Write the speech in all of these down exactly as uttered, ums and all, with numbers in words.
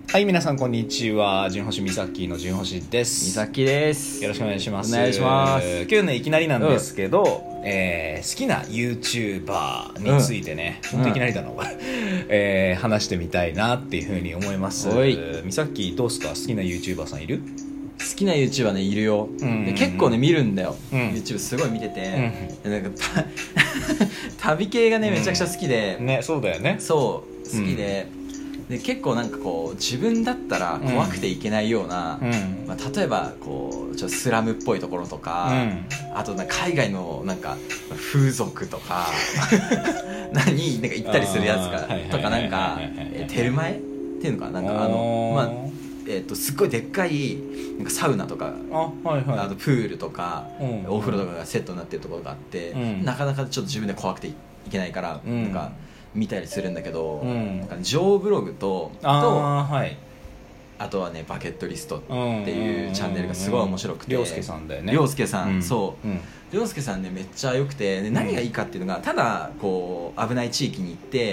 はい、皆さんこんにちは。純星美咲の純星です。 美咲です。 よろしくお願いします。 お願いします。 今日ねいきなりなんですけど、うんえー、好きな YouTuber についてね、うん、本当いきなりだな、うんえー、話してみたいなっていうふうに思います。美咲どうすか？好きな YouTuber さんいる？ 好きな YouTuber ねいるよ、うんうんうん、で結構ね見るんだよ、うん、YouTube すごい見てて、うん、なんか旅系がねめちゃくちゃ好きで、 うん、ねそうだよね。 そう好きで、うんで結構なんかこう自分だったら怖くていけないような、うんまあ、例えばこうちょっとスラムっぽいところとか、うん、あとなんか海外のなんか風俗とか何なんか行ったりするやつかとかなんかテルマエっていうのかなんかあのまあえー、とすっごいでっかいなんかサウナとか あ,、はいはい、あとプールとか、うん、お風呂とかがセットになってるところがあって、うん、なかなかちょっと自分で怖くていけないから、うん、なんか見たりするんだけど、うん、なんかジョーブログとあと、はい、あとはねバケットリストっていうチャンネルがすごい面白くて、 涼介さんだよね。 涼介さん、うん、そう涼介、うん、さんねめっちゃ良くて、ね、何がいいかっていうのがただこう危ない地域に行って、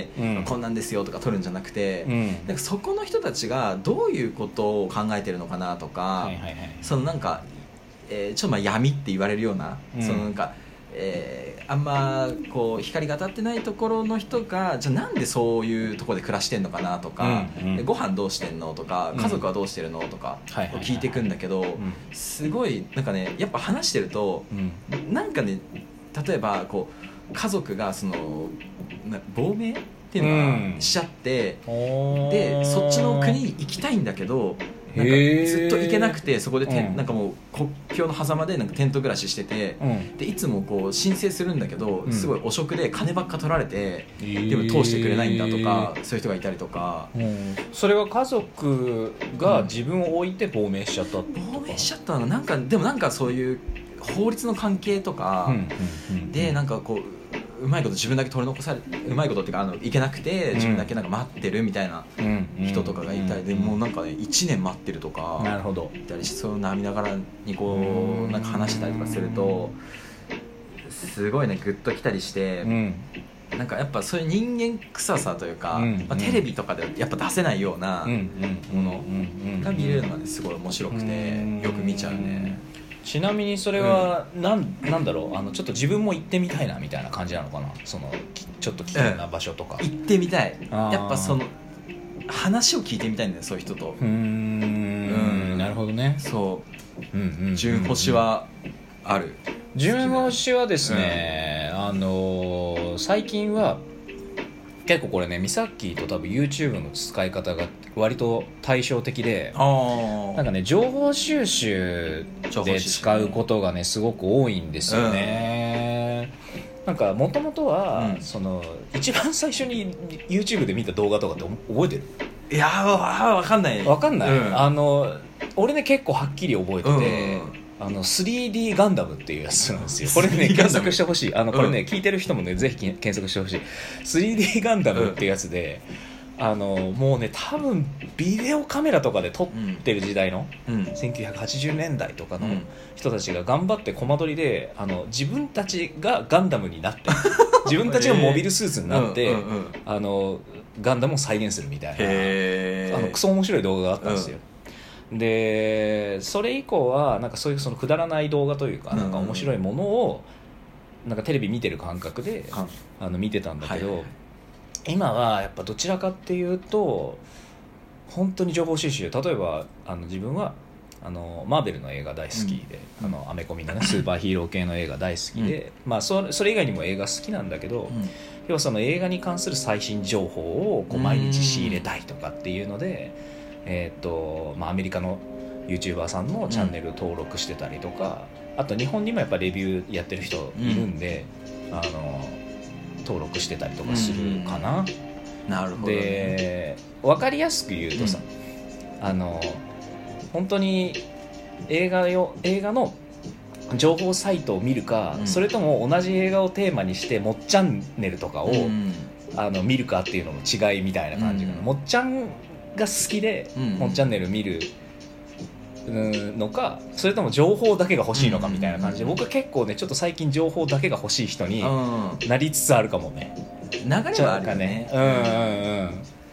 うん、こんなんですよとか撮るんじゃなくて、うん、なんかそこの人たちがどういうことを考えてるのかなとか、はいはいはい、そのなんか、えー、ちょっとまあ闇って言われるような、うん、そのなんかえー、あんまこう光が当たってないところの人がじゃあなんでそういうところで暮らしてんのかなとか、うんうん、ご飯どうしてんのとか家族はどうしてるのとか聞いていくんだけど、すごいなんかねやっぱ話してると、うん、なんかね例えばこう家族がその亡命っていうのが、うん、しちゃってでそっちの国に行きたいんだけどなんかずっと行けなくてそこでて、うん、なんかもう国境の狭間でなんかテント暮らししてて、うん、でいつもこう申請するんだけど、うん、すごい汚職で金ばっか取られて、でも通してくれないんだとかそういう人がいたりとか、うん、 それは家族が自分を置いて亡命しちゃったってことか、 亡命しちゃったのなんかでもなんかそういう法律の関係とか、うんうんうん、でなんかこううまいこと自分だけ取り残されうまいことっていうかあの行けなくて自分だけなんか待ってるみたいな人とかがいたりで、もうなんかねいちねん待ってるとかなるほどいたりしそうな涙ながらにこうなんか話したりとかするとすごいねグッときたりして、うん、なんかやっぱそういう人間臭さというか、うんまあ、テレビとかでやっぱ出せないようなものが見れるのがねすごい面白くてよく見ちゃうね。 ちなみにそれはなん、なんだろうあのちょっと自分も行ってみたいなみたいな感じなのかな、そのちょっと危険な場所とか、 うん、行ってみたい。やっぱその話を聞いてみたいんだよそういう人と。 うーん、うん、なるほどね。 そう、うんうんうん、純星はある。 純星はですね、うん、あの最近は結構これねミサッキーと多分 YouTube の使い方が割と対照的で、なんかね情報収集で使うことがねすごく多いんですよね、うん、なんかもともとは、うん、その一番最初に YouTube で見た動画とかって覚えてる？ いやーわかんないわかんない、うん、あの俺ね結構はっきり覚えてて、うんあの スリーディー ガンダムっていうやつなんですよ。これね検索してほしい。あのこれね、うん、聞いてる人もねぜひ検索してほしい。スリーディー ガンダムっていうやつで、うん、あのもうね多分ビデオカメラとかで撮ってる時代の、うん、せんきゅうひゃくはちじゅうねんだいとかの人たちが頑張ってコマ撮りであの自分たちがガンダムになって自分たちがモビルスーツになって、えーうんうんうん、あのガンダムを再現するみたいなあのクソ面白い動画があったんですよ。うんでそれ以降はなんかそういうそのくだらない動画というかなんか面白いものをなんかテレビ見てる感覚であの見てたんだけど、はいはい、今はやっぱどちらかっていうと本当に情報収集。例えばあの自分はあのマーベルの映画大好きで、うん、あのアメコミの、ね、スーパーヒーロー系の映画大好きで、うんまあ、そ, それ以外にも映画好きなんだけど、うん、要はその映画に関する最新情報をこう毎日仕入れたいとかっていうのでえーとまあ、アメリカの YouTuber さんのチャンネル登録してたりとか、うん、あと日本にもやっぱレビューやってる人いるんで、うん、あの登録してたりとかするかな、 うん、なるほど、ね、 で分かりやすく言うとさ、うん、あの本当に映画よ映画の情報サイトを見るか、うん、それとも同じ映画をテーマにしてもっチャンネルとかを、うん、あの見るかっていうのの違いみたいな感じかな、うん、もっちゃんが好きで、うん、本チャンネル見るのかそれとも情報だけが欲しいのかみたいな感じで、僕は結構ねちょっと最近情報だけが欲しい人になりつつあるかもね。 流れはあるよね。 うんうんうん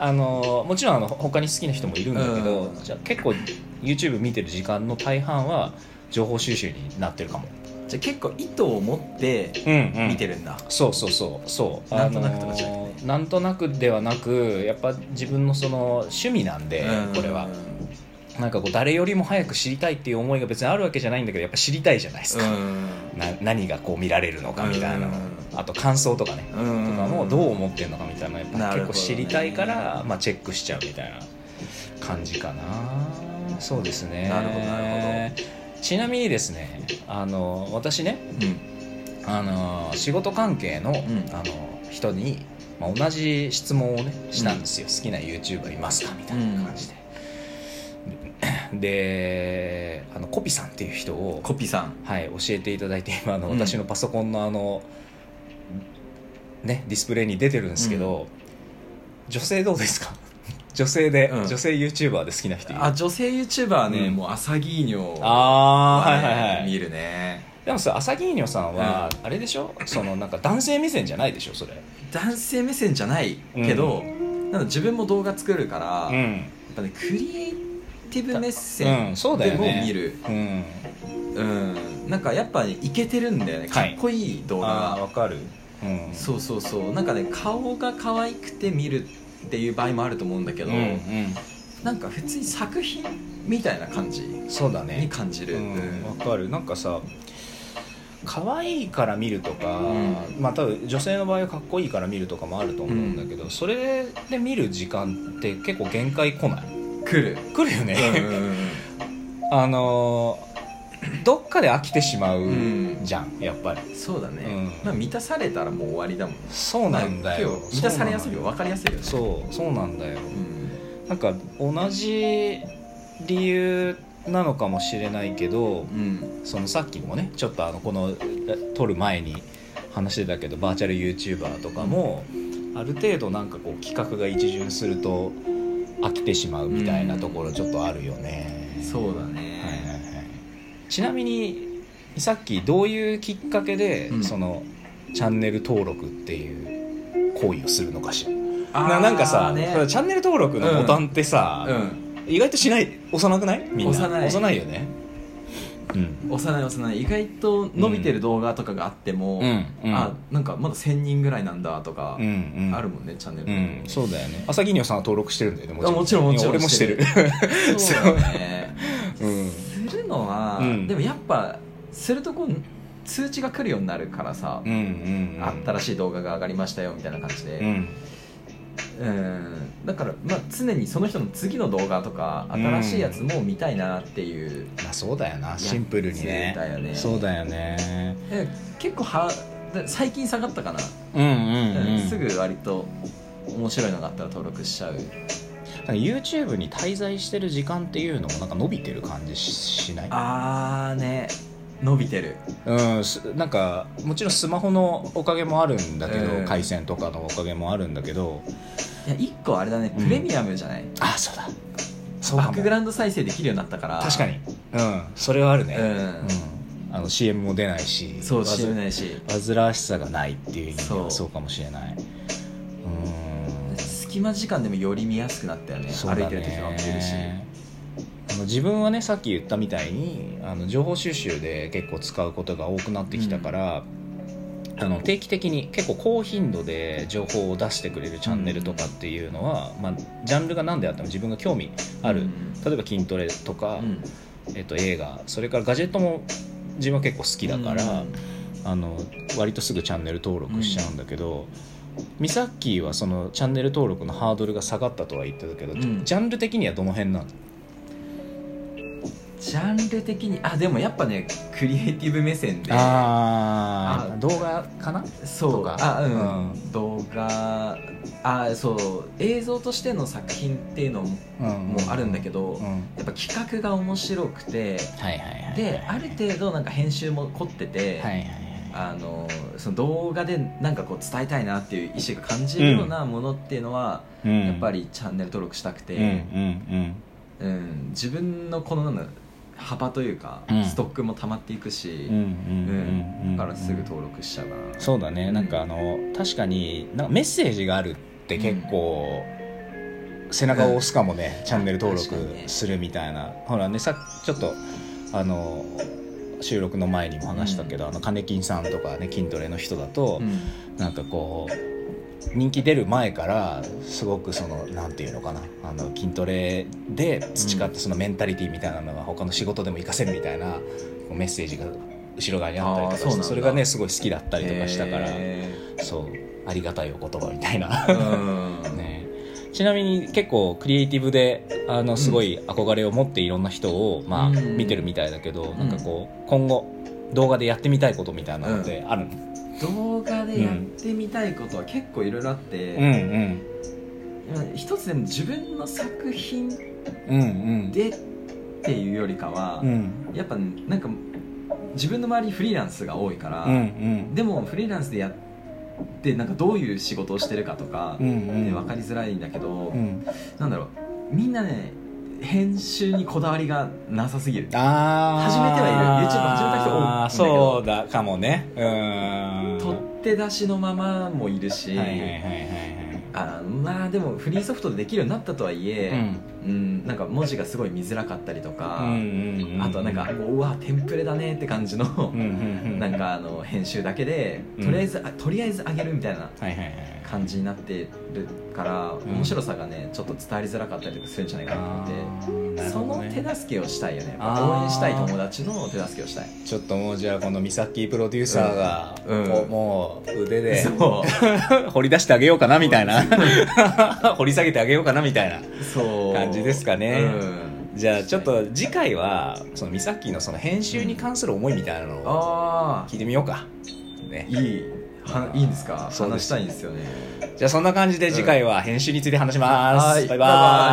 あのもちろんあの他に好きな人もいるんだけど、 うん、 じゃあ結構 YouTube 見てる時間の大半は情報収集になってるかも。 じゃあ結構意図を持って見てるんだ、 うんうん、そうそうそうそう、 なんとなくとかじゃなくて、ね、 なんとなくではなくやっぱ自分のその趣味なんで、うん、これはなんかこう誰よりも早く知りたいっていう思いが別にあるわけじゃないんだけどやっぱ知りたいじゃないですか、うん、な何がこう見られるのかみたいな、うん、あと感想とかね、うん、とかもどう思ってるのかみたいなやっぱ結構知りたいから、ね、まあ、チェックしちゃうみたいな感じかな。そうですね。 なるほどなるほど。 ちなみにですね、あの私ね、うん、あの仕事関係の、うん、あの人に、まあ、同じ質問をねしたんですよ、うん、好きな YouTuber いますかみたいな感じで、うん、であのコピさんっていう人をコピさん、 はい、教えていただいて今あの、うん、私のパソコンのあの、ね、ディスプレイに出てるんですけど、うん、女性どうですか？女性で、うん、女性 YouTuber で好きな人いる？ あ、女性 YouTuber はね、うん、もうアサギーニョ、 あー、はいはいはい、 見るね。 でもさ、アサギーニョさんは、うん、あれでしょ、そのなんか男性目線じゃないでしょそれ。 男性目線じゃないけど、うん、なんか自分も動画作るから、うん、やっぱねクリエイティブ目線でも見る、うん、うん、なんかやっぱねイケてるんだよね、かっこいい動画が、 はい、あ、わかる、 うん、そうそうそう、なんかね顔が可愛くて見るっていう場合もあると思うんだけど、うんうん、なんか普通に作品みたいな感じに感じる。わ、 うんうん、かる。なんかさ可愛いから見るとか、うん、まあ多分女性の場合はかっこいいから見るとかもあると思うんだけど、うん、それで見る時間って結構限界来ない？ 来る来るよね、うんうんうん、あのどっかで飽きてしまうじゃん、うん、やっぱり。 そうだね、うん、まあ、満たされたらもう終わりだもん。 そうなんだよ、 満たされやすいよ、分かりやすいよね。 そうそうなんだよ、うん、なんか同じ理由なのかもしれないけど、うん、そのさっきもねちょっとあのこの撮る前に話してたけどバーチャル YouTuber とかも、うん、ある程度なんかこう企画が一巡すると飽きてしまうみたいなところちょっとあるよね、 うん、そうだね、 はいはいはい。ちなみにさっきどういうきっかけで、うん、そのチャンネル登録っていう行為をするのかしら。な, なんかさ、ね、チャンネル登録のボタンってさ、うんうん、意外としない押さなくない？みんな押さない、押さないよね、 うん、押さない押さない。意外と伸びてる動画とかがあっても、うんうん、あ、なんかまだせんにんぐらいなんだとかあるもんね、うんうん、チャンネル、うん、 そうだよね。朝木にょさんは登録してるんだよね。もちろんもちろんもちろん俺もしてるそうだね、うん、するのは、うん、でもやっぱするとこう通知が来るようになるからさ、うんうんうん、新しい動画が上がりましたよみたいな感じで、うんうん、だから、まあ、常にその人の次の動画とか新しいやつも見たいなっていう、 うん、まあ、そうだよな、シンプルにね。 だよね。 そうだよね。 結構は最近下がったかな、 うんうんうんうん、 すぐ割と面白いのがあったら登録しちゃう。 なんか YouTube に滞在してる時間っていうのもなんか伸びてる感じ し, しない？ あーね、伸びてる、 うん、なんかもちろんスマホのおかげもあるんだけど、うん、回線とかのおかげもあるんだけど、 いやいっこあれだね、プレミアムじゃない、うん、 あ、そうだ、そうバックグラウンド再生できるようになったから。 確かに、うん、それはあるね、うんうん、あの シーエム も出ないし、 そう シーエム ないし煩わしさがないっていう意味ではそうかもしれない。 うん、隙間時間でもより見やすくなったよね。歩いてる時は見えるし。 あの自分はねさっき言ったみたいにあの情報収集で結構使うことが多くなってきたから、うん、あの定期的に結構高頻度で情報を出してくれるチャンネルとかっていうのは、うん、まあ、ジャンルが何であっても自分が興味ある、うん、例えば筋トレとか、うん、えっと、映画、それからガジェットも自分は結構好きだから、うん、あの割とすぐチャンネル登録しちゃうんだけど、ミサッキーはそのチャンネル登録のハードルが下がったとは言ってたけど、うん、ジャンル的にはどの辺なの？ ジャンル的に、あ、でもやっぱねクリエイティブ目線で、 ああ、動画かな、 そうか、あ、うん、うん、動画、あ、そう映像としての作品っていうのもあるんだけど、うんうん、やっぱ企画が面白くて、はいはいはいはい、である程度なんか編集も凝ってて、はいはいはい、あのその動画でなんかこう伝えたいなっていう意思が感じるようなものっていうのは、うん、やっぱりチャンネル登録したくて、うんうんうんうん、自分のこのなんだ幅というか、うん、ストックも溜まっていくし、だからすぐ登録しちゃうかな。 そうだね、なんかあの確かになんかメッセージがあるって結構背中を押すかもね、チャンネル登録ねするみたいな。ほらね、さちょっとあの収録の前にも話したけど、うん、あの金金さんとかね、筋トレの人だと、うん、なんかこう人気出る前からすごくそのなんていうのかな、あの筋トレで培ったそのメンタリティみたいなのが他の仕事でも活かせるみたいなメッセージが後ろ側にあったりとかして、 そ, それがねすごい好きだったりとかしたから、そうありがたいお言葉みたいな、ね、ちなみに結構クリエイティブであのすごい憧れを持っていろんな人を、まあ、見てるみたいだけど、うん、なんかこう今後動画でやってみたいことみたいなのってあるの？ 動画でやってみたいことは結構いろいろあって、うんうん、一つでも自分の作品でっていうよりかは、うん、やっぱなんか自分の周りにフリーランスが多いから、うんうん、でもフリーランスでやってなんかどういう仕事をしてるかとか、うんうん、分かりづらいんだけど、うん、なんだろう、みんなね編集にこだわりがなさすぎる。あ始めてはいる YouTube 始めた人多いんだけど、 そうだかもね、うーん、 取って出しのままもいるし、はいはいはいはい、あまあでもフリーソフトでできるようになったとはいえ、うんうん、なんか文字がすごい見づらかったりとか、うんうんうん、あとはなんかもううわテンプレだねって感じの、うんうんうん、なんかあの編集だけでとりあえず、うん、とりあえず上げるみたいな感じになってるから、うん、面白さがねちょっと伝わりづらかったりとかするんじゃないかなと思って、ね、その手助けをしたいよね。応援したい友達の手助けをしたい。 ちょっともうじゃあこのミサッキープロデューサーが、うんうん、もう腕で掘り出してあげようかなみたいな掘り下げてあげようかなみたいな感じですかね、うん、じゃあちょっと次回はそのミサッキーのその編集に関する思いみたいなのを聞いてみようか、ね、 いいはいいんですか？話したいんですよね。 じゃあそんな感じで次回は編集について話します、うん、バイバーイ。